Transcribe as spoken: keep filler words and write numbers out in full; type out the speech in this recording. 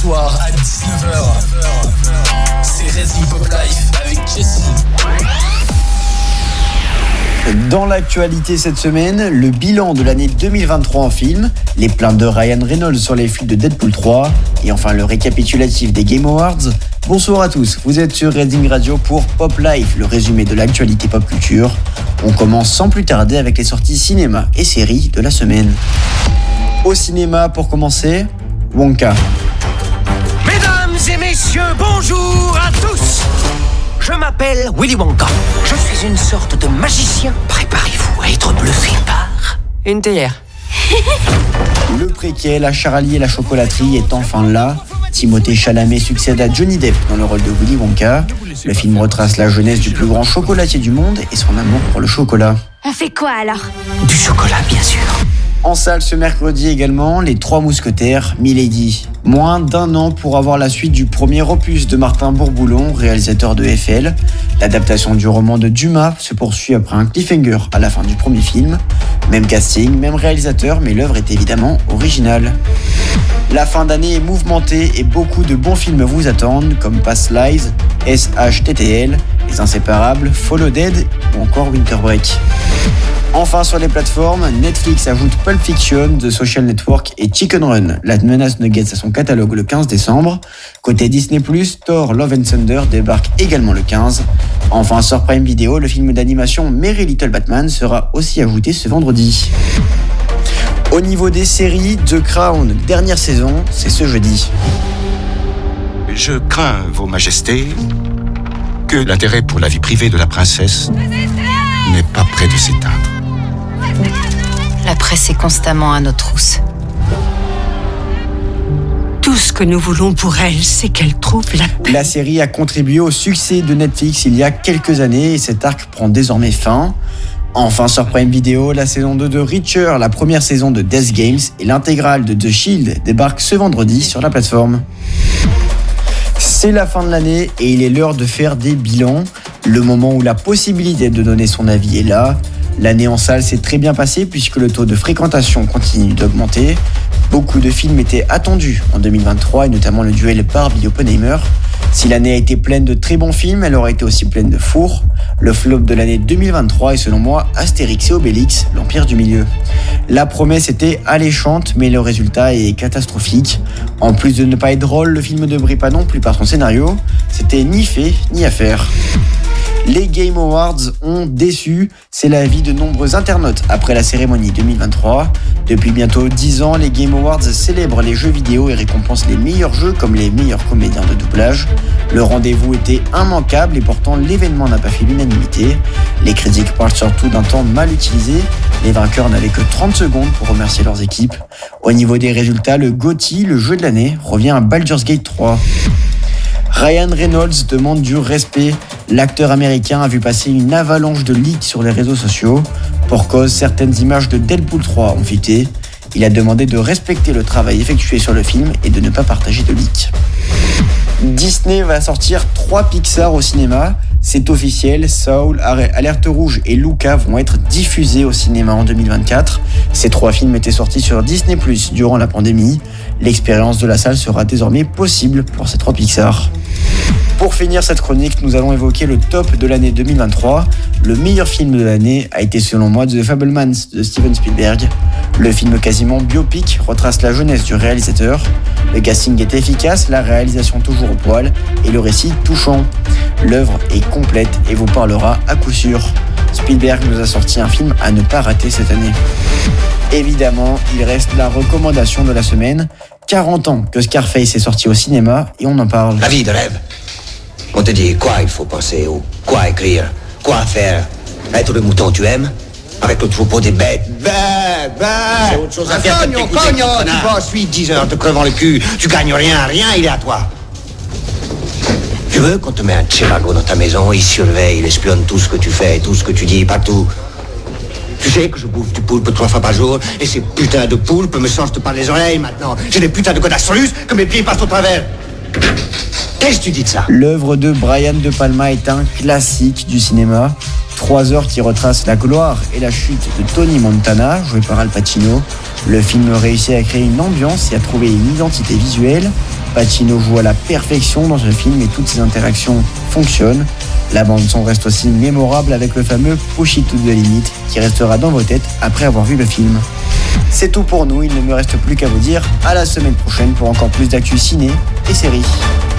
soirs à dix-neuf heures. C'est Resin Pop Life avec Jesse. Dans l'actualité cette semaine, le bilan de l'année deux mille vingt-trois en film, les plaintes de Ryan Reynolds sur les fuites de Deadpool trois et enfin le récapitulatif des Game Awards. Bonsoir à tous, vous êtes sur Reading Radio pour Pop Life, le résumé de l'actualité pop culture. On commence sans plus tarder avec les sorties cinéma et séries de la semaine. Au cinéma pour commencer, Wonka. Mesdames et messieurs, bonjour à tous. Je m'appelle Willy Wonka. Je suis une sorte de magicien. Préparez-vous à être bluffé par une théière. Le préquel à Charlie et la chocolaterie est enfin là. Timothée Chalamet succède à Johnny Depp dans le rôle de Willy Wonka. Le film retrace la jeunesse du plus grand chocolatier du monde et son amour pour le chocolat. On fait quoi alors ? Du chocolat, bien sûr. En salle ce mercredi également, Les Trois Mousquetaires, Milady. Moins d'un an pour avoir la suite du premier opus de Martin Bourboulon, réalisateur de F L. L'adaptation du roman de Dumas se poursuit après un cliffhanger à la fin du premier film. Même casting, même réalisateur, mais l'œuvre est évidemment originale. La fin d'année est mouvementée et beaucoup de bons films vous attendent, comme Past Lives, S H T T L, Les Inséparables, Follow Dead ou encore Winter Break. Enfin sur les plateformes, Netflix ajoute Pulp Fiction, The Social Network et Chicken Run, la menace Nuggets à son catalogue le quinze décembre. Côté Disney plus, Thor Love and Thunder débarque également le quinze. Enfin sur Prime Video, le film d'animation Merry Little Batman sera aussi ajouté ce vendredi. Au niveau des séries, The Crown, dernière saison, c'est ce jeudi. Je crains, Vos Majestés, que l'intérêt pour la vie privée de la princesse n'est pas près de s'éteindre. La presse est constamment à nos trousses. Tout ce que nous voulons pour elle, c'est qu'elle trouve la paix. La série a contribué au succès de Netflix il y a quelques années et cet arc prend désormais fin. Enfin sur Prime Video, la saison deux de Reacher, la première saison de Death Games et l'intégrale de The Shield débarquent ce vendredi sur la plateforme. C'est la fin de l'année et il est l'heure de faire des bilans. Le moment où la possibilité de donner son avis est là. L'année en salle s'est très bien passée puisque le taux de fréquentation continue d'augmenter. Beaucoup de films étaient attendus en deux mille vingt-trois et notamment le duel Barbie-Oppenheimer. Si l'année a été pleine de très bons films, elle aura été aussi pleine de fours. Le flop de l'année deux mille vingt-trois est selon moi Astérix et Obélix, l'Empire du Milieu. La promesse était alléchante, mais le résultat est catastrophique. En plus de ne pas être drôle, le film ne brille pas non plus par son scénario. C'était ni fait, ni à faire. Les Game Awards ont déçu, c'est l'avis de nombreux internautes après la cérémonie deux mille vingt-trois. Depuis bientôt dix ans, les Game Awards célèbrent les jeux vidéo et récompensent les meilleurs jeux comme les meilleurs comédiens de doublage. Le rendez-vous était immanquable et pourtant l'événement n'a pas fait l'unanimité. Les critiques parlent surtout d'un temps mal utilisé. Les vainqueurs n'avaient que trente secondes pour remercier leurs équipes. Au niveau des résultats, le G O T Y, le jeu de l'année, revient à Baldur's Gate trois. Ryan Reynolds demande du respect. L'acteur américain a vu passer une avalanche de leaks sur les réseaux sociaux. Pour cause, certaines images de Deadpool trois ont fuité. Il a demandé de respecter le travail effectué sur le film et de ne pas partager de leaks. Disney va sortir trois Pixar au cinéma. C'est officiel, Soul, Alerte Rouge et Luca vont être diffusés au cinéma en deux mille vingt-quatre. Ces trois films étaient sortis sur Disney plus, durant la pandémie. L'expérience de la salle sera désormais possible pour ces trois Pixar. Pour finir cette chronique, nous allons évoquer le top de l'année deux mille vingt-trois. Le meilleur film de l'année a été selon moi The Fabelmans de Steven Spielberg. Le film quasiment biopic retrace la jeunesse du réalisateur. Le casting est efficace, la réalisation toujours au poil et le récit touchant. L'œuvre est complète et vous parlera à coup sûr. Spielberg nous a sorti un film à ne pas rater cette année. Évidemment, il reste la recommandation de la semaine. quarante ans que Scarface est sorti au cinéma et on en parle. La vie de rêve. On te dit quoi il faut penser ou quoi écrire, quoi faire. Être le mouton tu aimes, avec le troupeau des bêtes. Bêtes, bêtes. C'est autre chose à faire que de t'écouter, cognon, tu bosses huit dix heures te crevant le cul, tu gagnes rien, rien il est à toi. Tu veux qu'on te mette un Chirago dans ta maison, il surveille, il espionne tout ce que tu fais, tout ce que tu dis, partout. Tu sais que je bouffe du poulpe trois fois par jour, et ces putains de poulpes me changent par les oreilles maintenant. J'ai des putains de godasses russes que mes pieds passent au travers. Qu'est-ce que tu dis de ça ? L'œuvre de Brian De Palma est un classique du cinéma. Trois heures qui retracent la gloire et la chute de Tony Montana, joué par Al Pacino. Le film réussit à créer une ambiance et à trouver une identité visuelle. Pacino joue à la perfection dans ce film et toutes ses interactions fonctionnent. La bande-son reste aussi mémorable avec le fameux Push It to the Limit qui restera dans vos têtes après avoir vu le film. C'est tout pour nous, il ne me reste plus qu'à vous dire à la semaine prochaine pour encore plus d'actu ciné et séries.